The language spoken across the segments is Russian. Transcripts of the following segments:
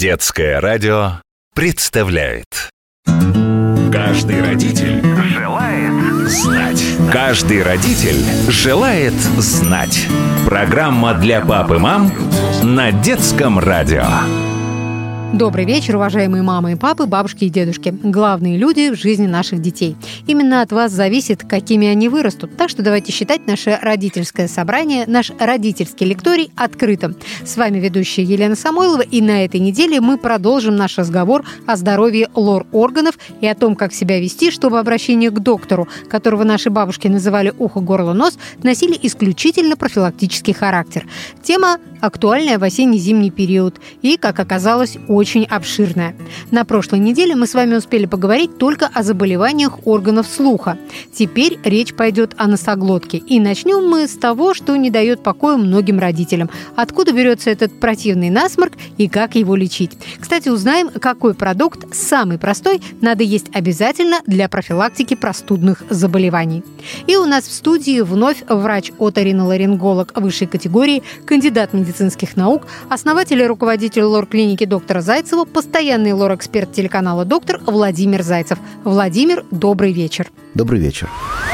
Детское радио представляет. Каждый родитель желает знать. Каждый родитель желает знать. Программа для пап и мам на Детском радио. Добрый вечер, уважаемые мамы и папы, бабушки и дедушки. Главные люди в жизни наших детей. Именно от вас зависит, какими они вырастут. Так что давайте считать наше родительское собрание, наш родительский лекторий открытым. С вами ведущая Елена Самойлова, и на этой неделе мы продолжим наш разговор о здоровье лор-органов и о том, как себя вести, чтобы обращение к доктору, которого наши бабушки называли ухо, горло, нос, носили исключительно профилактический характер. Тема актуальная в осенне-зимний период и, как оказалось, очень обширная. На прошлой неделе мы с вами успели поговорить только о заболеваниях органов слуха. Теперь речь пойдет о носоглотке. И начнем мы с того, что не дает покоя многим родителям. Откуда берется этот противный насморк и как его лечить. Кстати, узнаем, какой продукт, самый простой, надо есть обязательно для профилактики простудных заболеваний. И у нас в студии вновь врач-оториноларинголог высшей категории, кандидат медицинских наук, основатель и руководитель лор-клиники доктора Зайцева, постоянный лор-эксперт телеканала «Доктор» Владимир Зайцев. Владимир, добрый вечер. Добрый вечер.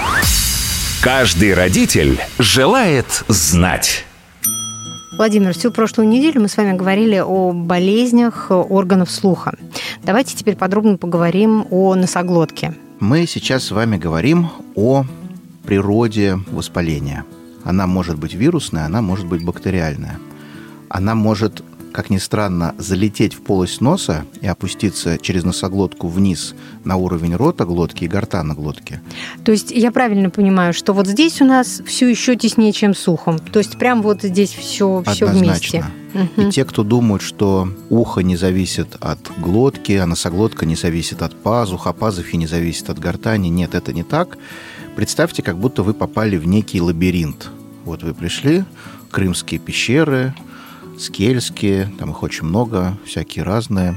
Каждый родитель желает знать. Владимир, всю прошлую неделю мы с вами говорили о болезнях органов слуха. Давайте теперь подробно поговорим о носоглотке. Мы сейчас с вами говорим о природе воспаления. Она может быть вирусная, она может быть бактериальная. Она может, как ни странно, залететь в полость носа и опуститься через носоглотку вниз на уровень рота глотки и гортана глотки. То есть я правильно понимаю, что вот здесь у нас все еще теснее, чем с ухом? То есть прям вот здесь все вместе? И те, кто думают, что ухо не зависит от глотки, а носоглотка не зависит от пазух, а пазухи не зависят от гортани, нет, это не так. Представьте, как будто вы попали в некий лабиринт. Вот вы пришли, крымские пещеры, скельские, там их очень много, всякие разные.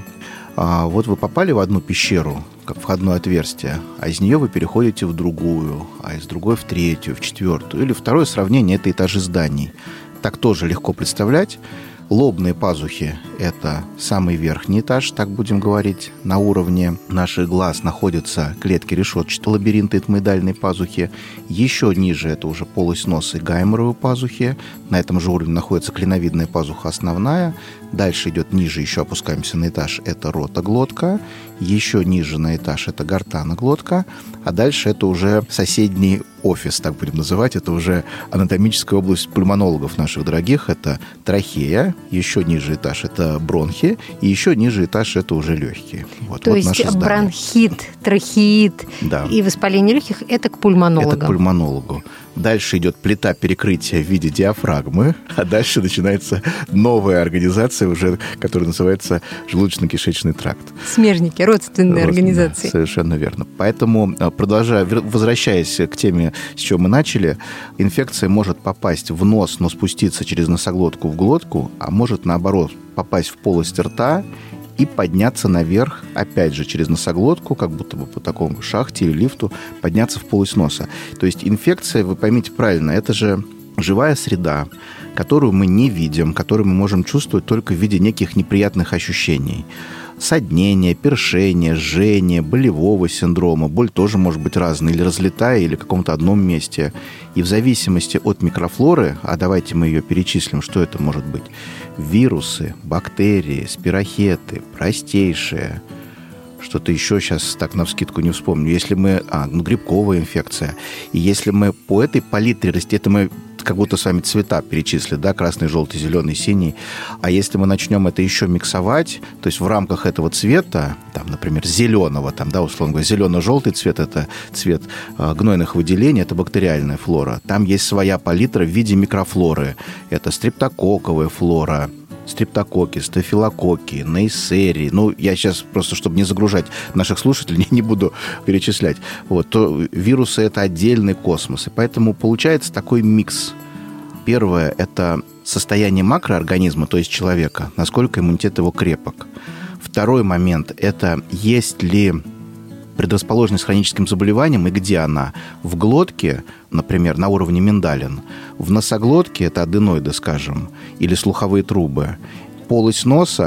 Вот вы попали в одну пещеру, как входное отверстие, а из нее вы переходите в другую, а из другой в третью, в четвертую. Или второе сравнение – это этажи зданий. Так тоже легко представлять. Лобные пазухи – это самый верхний этаж, так будем говорить. На уровне наших глаз находятся клетки решетчатой лабиринта этмоидальной пазухи. Еще ниже – это уже полость носа и гайморовые пазухи. На этом же уровне находится клиновидная пазуха основная. Дальше идет ниже, еще опускаемся на этаж – это ротоглотка. Еще ниже на этаж – это гортаноглотка. А дальше это уже соседний офис, так будем называть. Это уже анатомическая область пульмонологов наших дорогих. Это трахея. Еще ниже этаж – это бронхи. И еще ниже этаж – это уже легкие. Вот, То есть бронхит, трахеит и воспаление легких – это к пульмонологу. Это к пульмонологу. Дальше идет плита перекрытия в виде диафрагмы, а дальше начинается новая организация, уже, которая называется желудочно-кишечный тракт. Смежники, родственные организации. Совершенно верно. Поэтому, возвращаясь к теме, с чего мы начали, инфекция может попасть в нос, но спуститься через носоглотку в глотку, а может, наоборот, попасть в полость рта и подняться наверх, опять же, через носоглотку, как будто бы по такому шахте или лифту, подняться в полость носа. То есть инфекция, вы поймите правильно, это же живая среда, которую мы не видим, которую мы можем чувствовать только в виде неких неприятных ощущений. Соднения, першения, жжения, болевого синдрома. Боль тоже может быть разной, или разлетая, или в каком-то одном месте. И в зависимости от микрофлоры, а давайте мы ее перечислим, что это может быть. Вирусы, бактерии, спирохеты, простейшие. Что-то еще сейчас так навскидку не вспомню. Если мы... грибковая инфекция. И если мы по этой палитре растет, это мы как будто с вами цвета перечислили, да, красный, желтый, зеленый, синий. А если мы начнем это еще миксовать, то есть в рамках этого цвета, там, например, зеленого, там, да, условно говоря, зелено-желтый цвет – это цвет гнойных выделений, это бактериальная флора. Там есть своя палитра в виде микрофлоры. Это стрептококковая флора, стрептококки, стафилококки, нейсерии. Ну, я сейчас просто, чтобы не загружать наших слушателей, не буду перечислять. Вот, то вирусы – это отдельный космос. И поэтому получается такой микс. Первое – это состояние макроорганизма, то есть человека, насколько иммунитет его крепок. Второй момент – это есть ли предрасположенность к хроническим заболеваниям и где она. В глотке, например, на уровне миндалин. В носоглотке, это аденоиды, скажем, или слуховые трубы. Полость носа,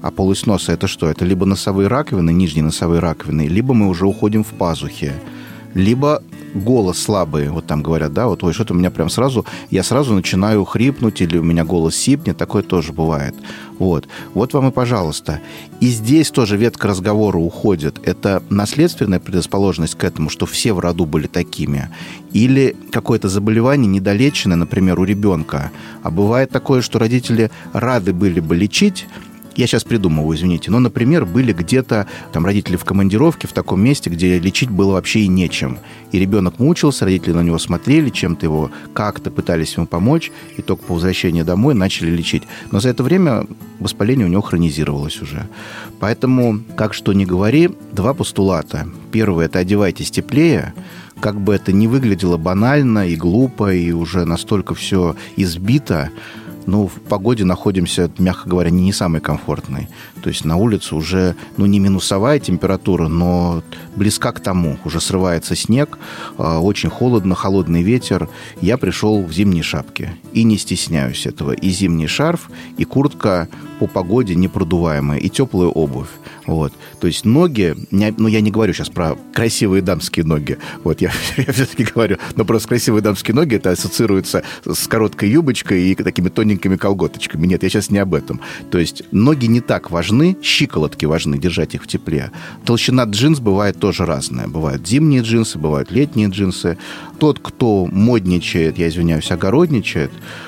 А полость носа – это что? Это либо носовые раковины, нижние носовые раковины, либо мы уже уходим в пазухи, либо голос слабый. Вот там говорят, да, вот, ой, что-то у меня прям сразу, я сразу начинаю хрипнуть, или у меня голос сипнет, такое тоже бывает. Вот вам и пожалуйста. И здесь тоже ветка разговора уходит. Это наследственная предрасположенность к этому, что все в роду были такими. Или какое-то заболевание недолеченное, например, у ребенка. А бывает такое, что родители рады были бы лечить. Я сейчас придумываю, извините. Но, например, были где-то там родители в командировке в таком месте, где лечить было вообще и нечем. И ребенок мучился, родители на него смотрели, чем-то его как-то пытались ему помочь, и только по возвращении домой начали лечить. Но за это время воспаление у него хронизировалось уже. Поэтому, как что ни говори, 2 постулата. Первый – это одевайтесь теплее. Как бы это ни выглядело банально и глупо, и уже настолько все избито, в погоде находимся, мягко говоря, не самой комфортной. То есть на улице уже, не минусовая температура, но близка к тому. Уже срывается снег, очень холодно, холодный ветер. Я пришел в зимней шапке и не стесняюсь этого. И зимний шарф, и куртка по погоде непродуваемая, и теплая обувь. Вот. То есть ноги, я не говорю сейчас про красивые дамские ноги, я все-таки говорю, но просто красивые дамские ноги, это ассоциируется с короткой юбочкой и такими тоненькими колготочками. Нет, я сейчас не об этом. То есть ноги не так важны, щиколотки важны, держать их в тепле. Толщина джинс бывает тоже разная. Бывают зимние джинсы, бывают летние джинсы. Тот, кто модничает, я извиняюсь, огородничает,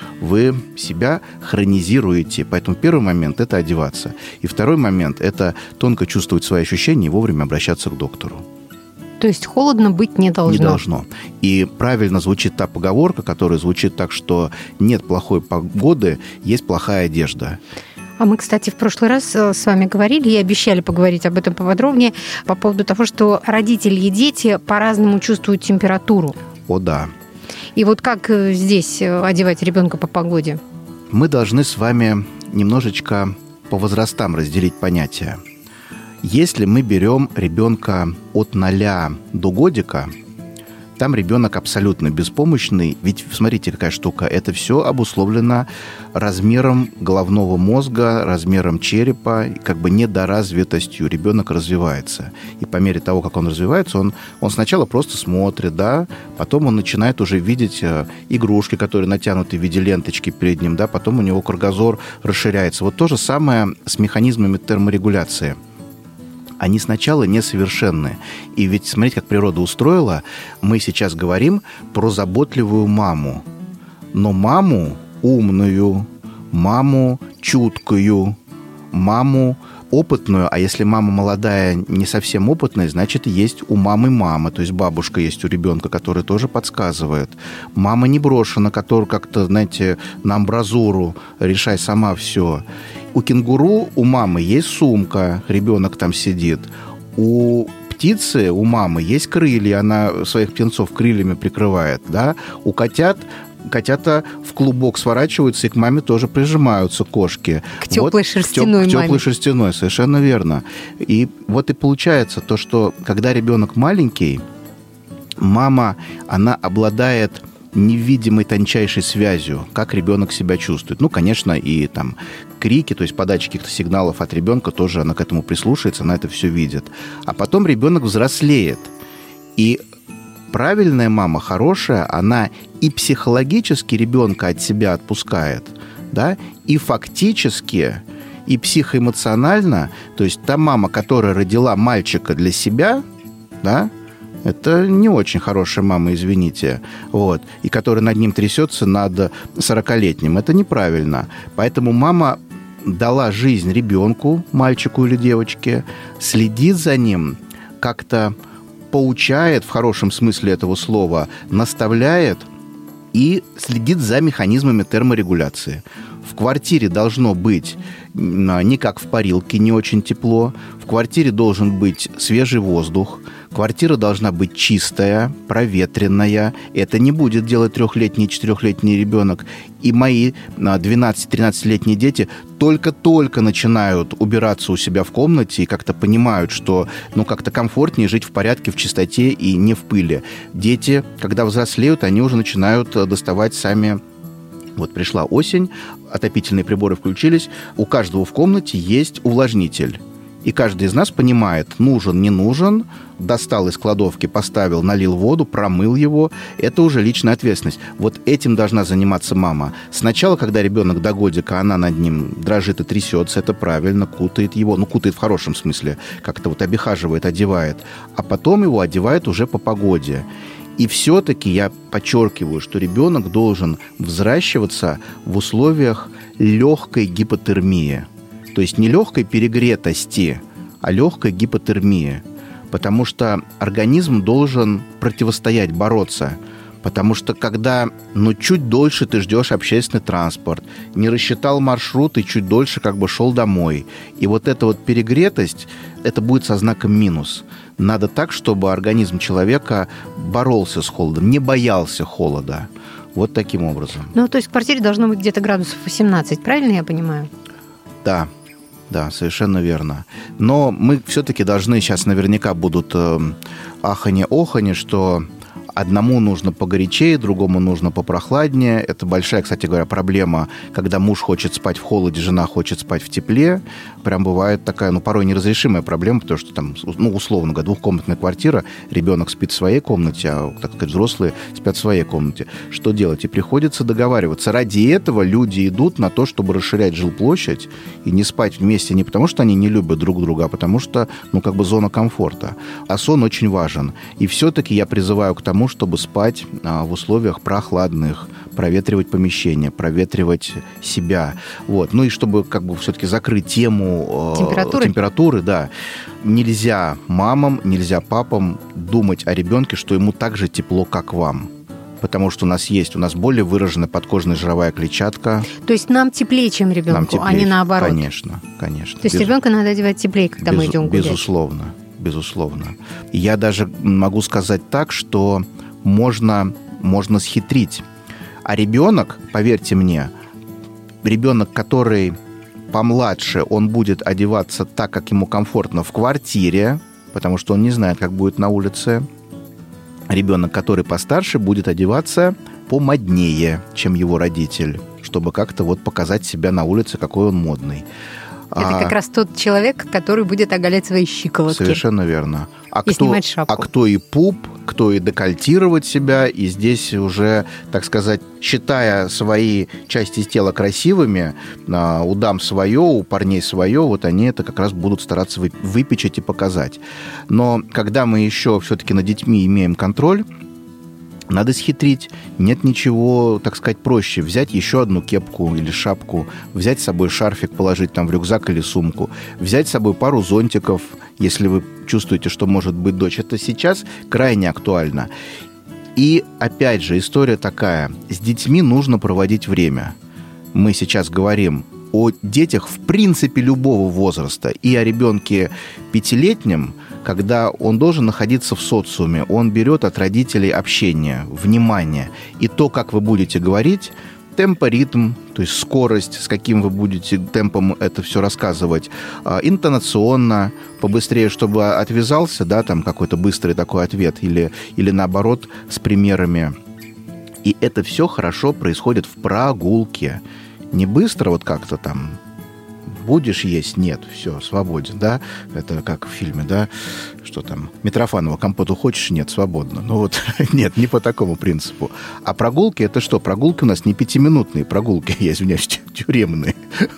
вы себя хронизируете. Поэтому первый момент – это одеваться. И второй момент – это тонко чувствовать свои ощущения и вовремя обращаться к доктору. То есть холодно быть не должно? Не должно. И правильно звучит та поговорка, которая звучит так, что нет плохой погоды, есть плохая одежда. А мы, кстати, в прошлый раз с вами говорили и обещали поговорить об этом поподробнее по поводу того, что родители и дети по-разному чувствуют температуру. О, да. И вот как здесь одевать ребенка по погоде? Мы должны с вами немножечко по возрастам разделить понятия. Если мы берем ребенка от 0 до годика, там ребенок абсолютно беспомощный. Ведь, смотрите, какая штука. Это все обусловлено размером головного мозга, размером черепа, недоразвитостью. Ребенок развивается. И по мере того, как он развивается, он сначала просто смотрит, да, потом он начинает уже видеть игрушки, которые натянуты в виде ленточки перед ним, да, потом у него кругозор расширяется. Вот то же самое с механизмами терморегуляции. Они сначала несовершенны. И ведь смотрите, как природа устроила. Мы сейчас говорим про заботливую маму. Но маму умную, маму чуткую, маму опытную. А если мама молодая, не совсем опытная, значит, есть у мамы мама. То есть бабушка есть у ребенка, которая тоже подсказывает. Мама не брошена, которая как-то, знаете, на амбразуру, решай сама все. У кенгуру, у мамы есть сумка, ребенок там сидит. У птицы, у мамы есть крылья, она своих птенцов крыльями прикрывает, да. У котята в клубок сворачиваются и к маме тоже прижимаются, кошки. К теплой шерстяной маме. К теплой шерстяной, совершенно верно. И вот и получается то, что когда ребенок маленький, мама, она обладает невидимой тончайшей связью, как ребенок себя чувствует. Конечно, и там крики, то есть подача каких-то сигналов от ребенка, тоже она к этому прислушается, она это все видит. А потом ребенок взрослеет. И правильная мама, хорошая, она и психологически ребенка от себя отпускает, да, и фактически, и психоэмоционально, то есть та мама, которая родила мальчика для себя, да, это не очень хорошая мама, извините, и которая над ним трясется над 40-летним. Это неправильно. Поэтому мама дала жизнь ребенку, мальчику или девочке, следит за ним, как-то поучает, в хорошем смысле этого слова, наставляет и следит за механизмами терморегуляции. В квартире должно быть не как в парилке, не очень тепло. В квартире должен быть свежий воздух. Квартира должна быть чистая, проветренная. Это не будет делать 3-летний, 4-летний ребенок. И мои 12-13-летние дети только-только начинают убираться у себя в комнате и как-то понимают, что как-то комфортнее жить в порядке, в чистоте и не в пыли. Дети, когда взрослеют, они уже начинают доставать сами Вот пришла осень, отопительные приборы включились, у каждого в комнате есть увлажнитель. И каждый из нас понимает, нужен, не нужен, достал из кладовки, поставил, налил воду, промыл его. Это уже личная ответственность. Вот этим должна заниматься мама. Сначала, когда ребенок до годика, она над ним дрожит и трясется, это правильно, кутает его. Ну, кутает в хорошем смысле, как-то вот обихаживает, одевает. А потом его одевает уже по погоде. И все-таки я подчеркиваю, что ребенок должен взращиваться в условиях легкой гипотермии. То есть не легкой перегретости, а легкой гипотермии. Потому что организм должен противостоять, бороться. Потому что когда, чуть дольше ты ждешь общественный транспорт, не рассчитал маршрут и чуть дольше шел домой. И вот эта вот перегретость, это будет со знаком минус. Надо так, чтобы организм человека боролся с холодом, не боялся холода. Вот таким образом. То есть в квартире должно быть где-то градусов 18, правильно я понимаю? Да, совершенно верно. Но мы все-таки должны, сейчас наверняка будут аханье-оханье, что одному нужно погорячее, другому нужно попрохладнее. Это большая, кстати говоря, проблема, когда муж хочет спать в холоде, жена хочет спать в тепле. Прям бывает такая, порой неразрешимая проблема, потому что там, условно говоря, двухкомнатная квартира, ребенок спит в своей комнате, а, так сказать, взрослые спят в своей комнате. Что делать? И приходится договариваться. Ради этого люди идут на то, чтобы расширять жилплощадь и не спать вместе не потому, что они не любят друг друга, а потому что, зона комфорта. А сон очень важен. И все-таки я призываю к тому, чтобы спать в условиях прохладных, проветривать помещение, проветривать себя. Вот. И чтобы все-таки закрыть тему температуры, да. Нельзя мамам, нельзя папам думать о ребенке, что ему так же тепло, как вам. Потому что у нас более выраженная подкожная жировая клетчатка. То есть нам теплее, чем ребенку, а не наоборот. Конечно. То есть ребенка надо одевать теплее, когда мы идем гулять. Безусловно. Я даже могу сказать так, что можно схитрить. А ребенок, поверьте мне, ребенок, который помладше, он будет одеваться так, как ему комфортно в квартире, потому что он не знает, как будет на улице. Ребенок, который постарше, будет одеваться помоднее, чем его родитель, чтобы как-то показать себя на улице, какой он модный. Это как раз тот человек, который будет оголять свои щиколотки. Совершенно верно. Снимать шапку. А кто и пуп, кто и декольтировать себя, и здесь уже, так сказать, считая свои части тела красивыми, у дам свое, у парней свое, они это как раз будут стараться выпечать и показать. Но когда мы еще все-таки над детьми имеем контроль, надо схитрить. Нет ничего, так сказать, проще. Взять еще одну кепку или шапку, взять с собой шарфик, положить там в рюкзак или сумку, взять с собой пару зонтиков, если вы чувствуете, что может быть дождь. Это сейчас крайне актуально. И, опять же, история такая. С детьми нужно проводить время. Мы сейчас говорим о детях, в принципе, любого возраста. И о ребенке 5-летнем, когда он должен находиться в социуме, он берет от родителей общение, внимание. И то, как вы будете говорить, темпоритм, то есть скорость, с каким вы будете темпом это все рассказывать, интонационно, побыстрее, чтобы отвязался, да, там какой-то быстрый такой ответ, или наоборот, с примерами. И это все хорошо происходит в прогулке. Не быстро как-то там будешь есть, нет, все, свободен, да, это как в фильме, да, что там, Митрофанова, компоту хочешь, нет, свободно, нет, не по такому принципу. А прогулки, это что? Прогулки у нас не 5-минутные прогулки, я извиняюсь, тюремные,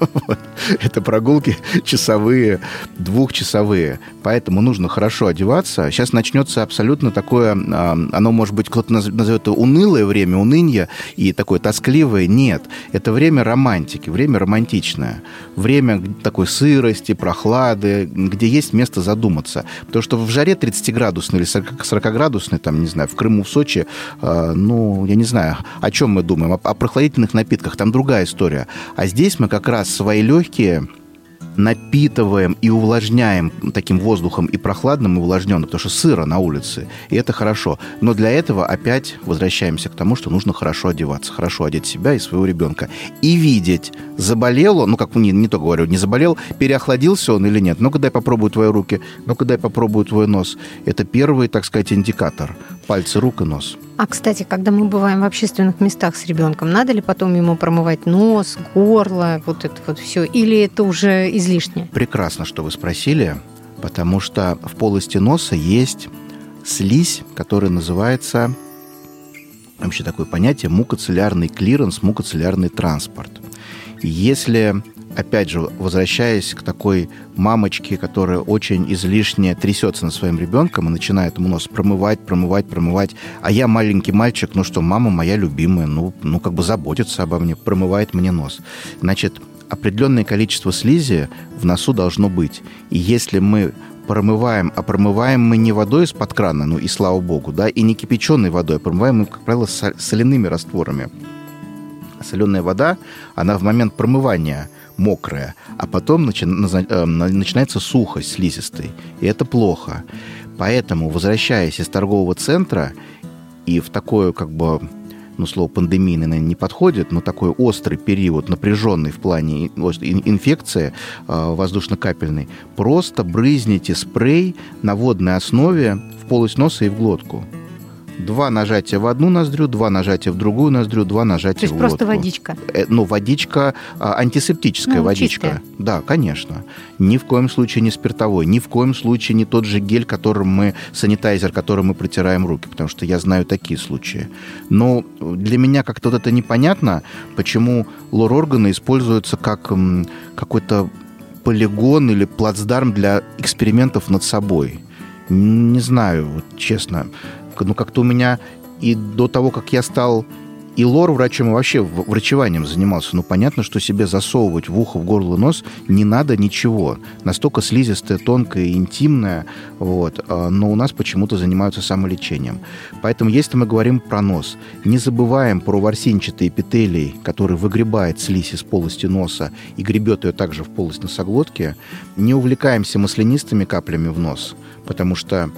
это прогулки часовые, 2-часовые, поэтому нужно хорошо одеваться. Сейчас начнется абсолютно такое, оно, может быть, кто-то назовет это унылое время, унынье и такое тоскливое, нет, это время романтики, время романтичное, время такой сырости, прохлады, где есть место задуматься. Потому что в жаре 30-градусной или 40-градусной, там, не знаю, в Крыму, в Сочи, я не знаю, о чем мы думаем, о прохладительных напитках, там другая история. А здесь мы как раз свои легкие напитываем и увлажняем таким воздухом и прохладным, и увлажненным, потому что сыро на улице, и это хорошо. Но для этого опять возвращаемся к тому, что нужно хорошо одеваться, хорошо одеть себя и своего ребенка. И видеть, заболел он, не то говорю, не заболел, переохладился он или нет. Ну-ка дай попробую твои руки, ну-ка дай попробую твой нос. Это первый, так сказать, индикатор. пальцы рук и нос. А, кстати, когда мы бываем в общественных местах с ребенком, надо ли потом ему промывать нос, горло, вот это вот все, или это уже излишне? Прекрасно, что вы спросили, потому что в полости носа есть слизь, которая называется, вообще такое понятие, мукоциллярный клиренс, мукоциллярный транспорт. И если, опять же, возвращаясь к такой мамочке, которая очень излишне трясется над своим ребенком и начинает ему нос промывать, а я маленький мальчик, ну что, мама моя любимая, ну как бы заботится обо мне, промывает мне нос. Значит, определенное количество слизи в носу должно быть. И если мы промываем, а промываем мы не водой из-под крана, ну и слава богу, да, и не кипяченой водой, а промываем мы, как правило, соляными растворами. Соленая вода, она в момент промывания мокрая, а потом начинается сухость слизистой, и это плохо. Поэтому, возвращаясь из торгового центра и в такое, как бы, ну, слово пандемийный, наверное, не подходит, но такой острый период, напряженный в плане инфекции воздушно-капельной, просто брызните спрей на водной основе в полость носа и в глотку. 2 нажатия в одну ноздрю, 2 нажатия в другую ноздрю, 2 нажатия в глотку. То есть просто водичка? Ну, водичка, антисептическая водичка. Чистая. Да, конечно. Ни в коем случае не спиртовой, ни в коем случае не тот же гель, санитайзер, которым мы протираем руки, потому что я знаю такие случаи. Но для меня как-то вот это непонятно, почему лор-органы используются как какой-то полигон или плацдарм для экспериментов над собой. Не знаю, вот, честно. Ну, как-то у меня и до того, как я стал и лор-врачом, и вообще врачеванием занимался, ну, понятно, что себе засовывать в ухо, в горло, нос не надо ничего. Настолько слизистая, тонкая и интимная, вот, но у нас почему-то занимаются самолечением. Поэтому, если мы говорим про нос, не забываем про ворсинчатый эпителий, который выгребает слизь из полости носа и гребет ее также в полость носоглотки, не увлекаемся маслянистыми каплями в нос, потому что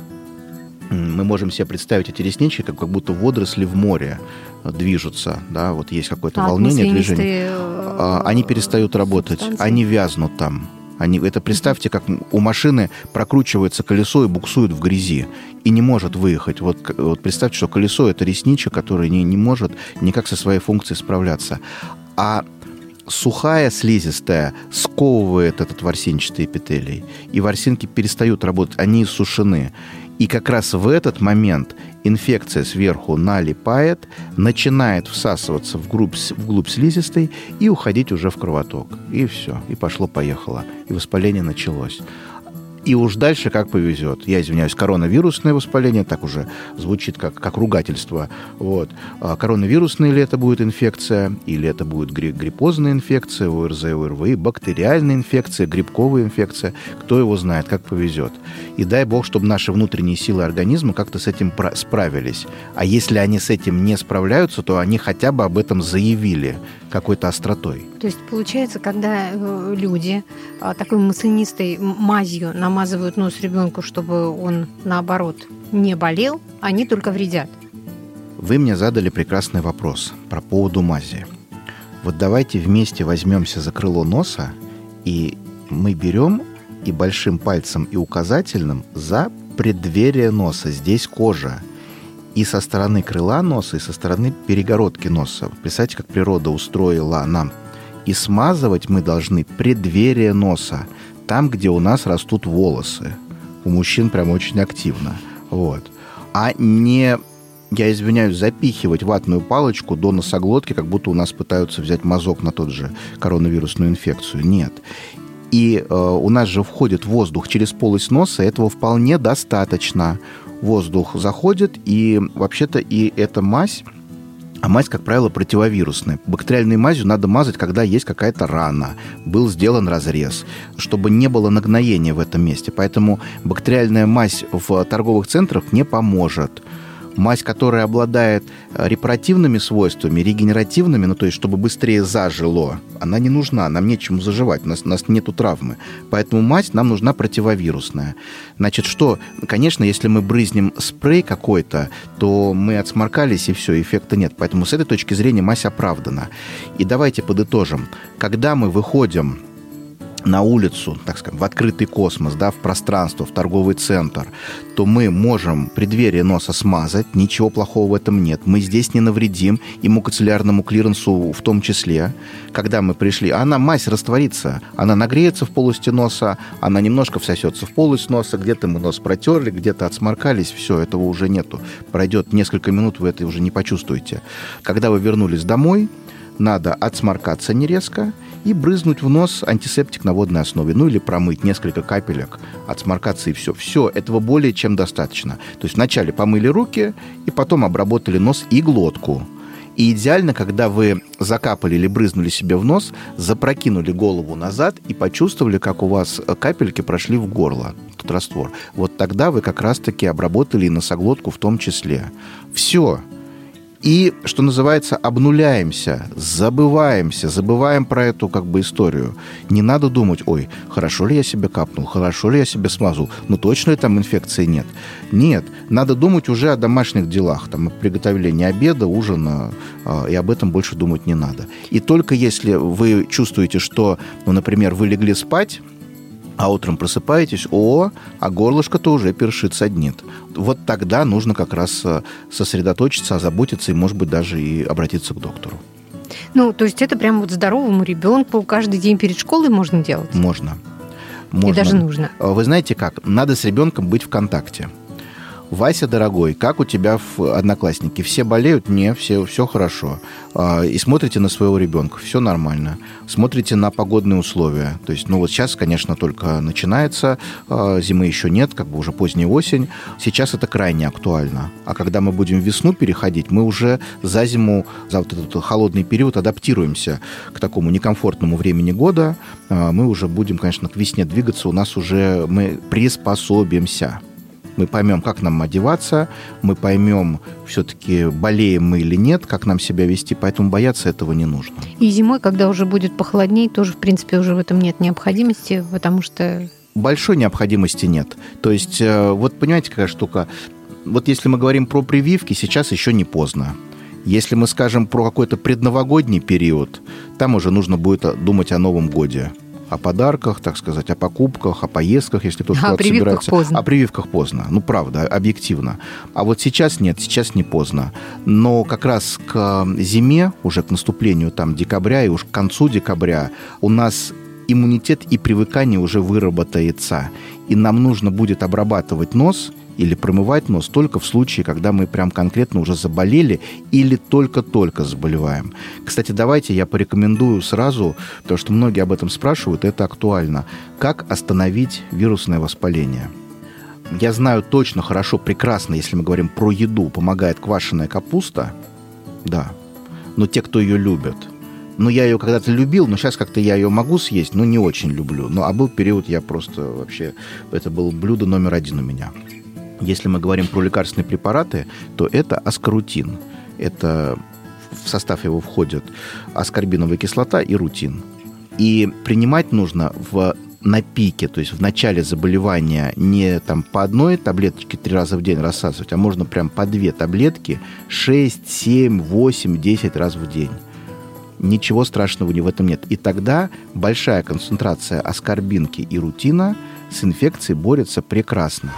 мы можем себе представить эти реснички, как будто водоросли в море движутся, да, вот есть какое-то волнение, движение. Они перестают работать, они вязнут там. Это представьте, как у машины прокручивается колесо и буксует в грязи, и не может выехать. Вот представьте, что колесо – это ресничек, который не может никак со своей функцией справляться. А сухая слизистая сковывает этот ворсинчатый эпителий, и ворсинки перестают работать, они иссушены. И как раз в этот момент инфекция сверху налипает, начинает всасываться вглубь слизистой и уходить уже в кровоток. И все, и пошло-поехало. И воспаление началось. И уж дальше как повезет. Я извиняюсь, коронавирусное воспаление, так уже звучит как ругательство. Вот. Коронавирусная ли это будет инфекция, или это будет гриппозная инфекция, ОРЗ, ОРВИ, бактериальная инфекция, грибковая инфекция. Кто его знает, как повезет. И дай бог, чтобы наши внутренние силы организма как-то с этим справились. А если они с этим не справляются, то они хотя бы об этом заявили какой-то остротой. То есть, получается, когда люди такой маслянистой мазью намазывают нос ребенку, чтобы он, наоборот, не болел, они только вредят. Вы мне задали прекрасный вопрос про поводу мази. Вот давайте вместе возьмемся за крыло носа, и мы берем и большим пальцем, и указательным за преддверие носа. Здесь кожа. И со стороны крыла носа, и со стороны перегородки носа. Представьте, как природа устроила нам. И смазывать мы должны преддверие носа, там, где у нас растут волосы. У мужчин прям очень активно. Вот. А не, я извиняюсь, запихивать ватную палочку до носоглотки, как будто у нас пытаются взять мазок на тот же коронавирусную инфекцию. Нет. И у нас же входит воздух через полость носа, этого вполне достаточно. Воздух заходит, и вообще-то и эта мазь, а мазь, как правило, противовирусная. Бактериальной мазью надо мазать, когда есть какая-то рана, был сделан разрез, чтобы не было нагноения в этом месте. Поэтому бактериальная мазь в торговых центрах не поможет. Мазь, которая обладает репаративными свойствами, регенеративными, ну, то есть, чтобы быстрее зажило, она не нужна, нам нечему заживать, у нас нету травмы. Поэтому мазь нам нужна противовирусная. Значит, что, конечно, если мы брызнем спрей какой-то, то мы отсморкались, и все, эффекта нет. Поэтому с этой точки зрения мазь оправдана. И давайте подытожим. Когда мы выходим на улицу, так скажем, в открытый космос, да, в пространство, в торговый центр, то мы можем преддверие носа смазать, ничего плохого в этом нет. Мы здесь не навредим и мукоциллярному клиренсу в том числе. Когда мы пришли, мазь растворится, она нагреется в полости носа, она немножко всосется в полость носа, где-то мы нос протерли, где-то отсморкались, все, этого уже нету. Пройдет несколько минут, вы это уже не почувствуете. Когда вы вернулись домой, надо отсморкаться не резко и брызнуть в нос антисептик на водной основе. Или промыть несколько капелек, отсморкаться и все. Все, этого более чем достаточно. То есть вначале помыли руки и потом обработали нос и глотку. И идеально, когда вы закапали или брызнули себе в нос, запрокинули голову назад и почувствовали, как у вас капельки прошли в горло, этот раствор. Вот тогда вы как раз-таки обработали и носоглотку в том числе. Все. И, что называется, обнуляемся, забываем про эту историю. Не надо думать, ой, хорошо ли я себе капнул, хорошо ли я себе смазал, точно ли там инфекции нет. Нет, надо думать уже о домашних делах, о приготовлении обеда, ужина, и об этом больше думать не надо. И только если вы чувствуете, что, например, вы легли спать, а утром просыпаетесь, а горлышко-то уже першит, саднит. Вот тогда нужно как раз сосредоточиться, озаботиться и, может быть, даже и обратиться к доктору. То есть это прямо здоровому ребенку каждый день перед школой можно делать? Можно. И даже нужно. Вы знаете как? Надо с ребенком быть в контакте. Вася, дорогой, как у тебя в Одноклассники? Все болеют? Нет, все хорошо. И смотрите на своего ребенка, все нормально. Смотрите на погодные условия. То есть, сейчас, конечно, только начинается, зимы еще нет, уже поздняя осень. Сейчас это крайне актуально. А когда мы будем в весну переходить, мы уже за зиму, за вот этот холодный период адаптируемся к такому некомфортному времени года. Мы уже будем, конечно, к весне двигаться, мы приспособимся. Мы поймем, как нам одеваться, мы поймем, все-таки болеем мы или нет, как нам себя вести, поэтому бояться этого не нужно. И зимой, когда уже будет похолоднее, тоже, в принципе, уже в этом нет необходимости, потому что... Большой необходимости нет. То есть, понимаете, какая штука? Если мы говорим про прививки, сейчас еще не поздно. Если мы скажем про какой-то предновогодний период, там уже нужно будет думать о Новом годе. О подарках, так сказать, о покупках, о поездках, если кто-то куда-то собирается. Поздно. О прививках поздно. Правда, объективно. А вот сейчас нет, сейчас не поздно. Но как раз к зиме, уже к наступлению декабря и уж к концу декабря у нас иммунитет и привыкание уже выработается. И нам нужно будет обрабатывать нос или промывать нос только в случае, когда мы прям конкретно уже заболели или только-только заболеваем. Кстати, давайте я порекомендую сразу, потому что многие об этом спрашивают, это актуально. Как остановить вирусное воспаление? Я знаю точно, хорошо, прекрасно, если мы говорим про еду, помогает квашеная капуста, да, но те, кто ее любят. Я ее когда-то любил, но сейчас как-то я ее могу съесть, но не очень люблю. А был период, я просто вообще... Это было блюдо номер 1 у меня. Если мы говорим про лекарственные препараты, то это аскорутин. Это в состав его входят аскорбиновая кислота и рутин. И принимать нужно на пике, то есть в начале заболевания не по одной таблеточке 3 раза в день рассасывать, а можно прям по 2 таблетки 6, 7, 8, 10 раз в день. Ничего страшного в этом нет. И тогда большая концентрация аскорбинки и рутина с инфекцией борется прекрасно.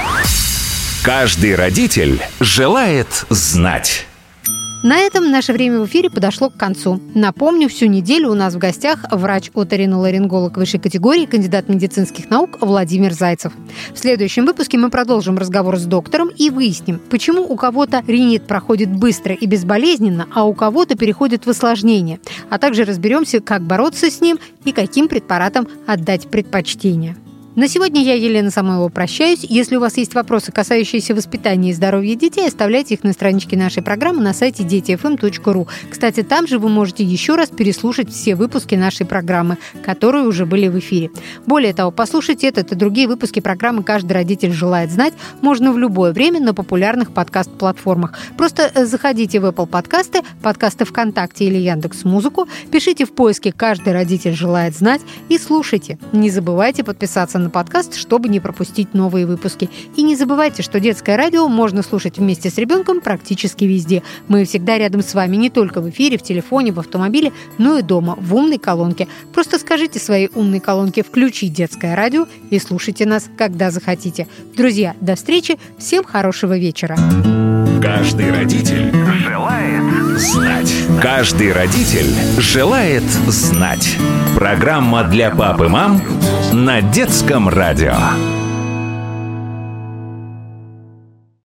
Каждый родитель желает знать. На этом наше время в эфире подошло к концу. Напомню, всю неделю у нас в гостях врач-оториноларинголог высшей категории, кандидат медицинских наук Владимир Зайцев. В следующем выпуске мы продолжим разговор с доктором и выясним, почему у кого-то ринит проходит быстро и безболезненно, а у кого-то переходит в осложнение. А также разберемся, как бороться с ним и каким препаратам отдать предпочтение. На сегодня я, Елена Самойлова, прощаюсь. Если у вас есть вопросы, касающиеся воспитания и здоровья детей, оставляйте их на страничке нашей программы на сайте детифм.ру. Кстати, там же вы можете еще раз переслушать все выпуски нашей программы, которые уже были в эфире. Более того, послушать этот и другие выпуски программы «Каждый родитель желает знать» можно в любое время на популярных подкаст-платформах. Просто заходите в Apple подкасты, подкасты ВКонтакте или Яндекс.Музыку, пишите в поиске «Каждый родитель желает знать» и слушайте. Не забывайте подписаться на подкаст, чтобы не пропустить новые выпуски. И не забывайте, что детское радио можно слушать вместе с ребенком практически везде. Мы всегда рядом с вами, не только в эфире, в телефоне, в автомобиле, но и дома, в умной колонке. Просто скажите своей умной колонке «Включи детское радио» и слушайте нас, когда захотите. Друзья, до встречи, всем хорошего вечера. Каждый родитель желает знать. Каждый родитель желает знать. Программа для пап и мам на детском радио.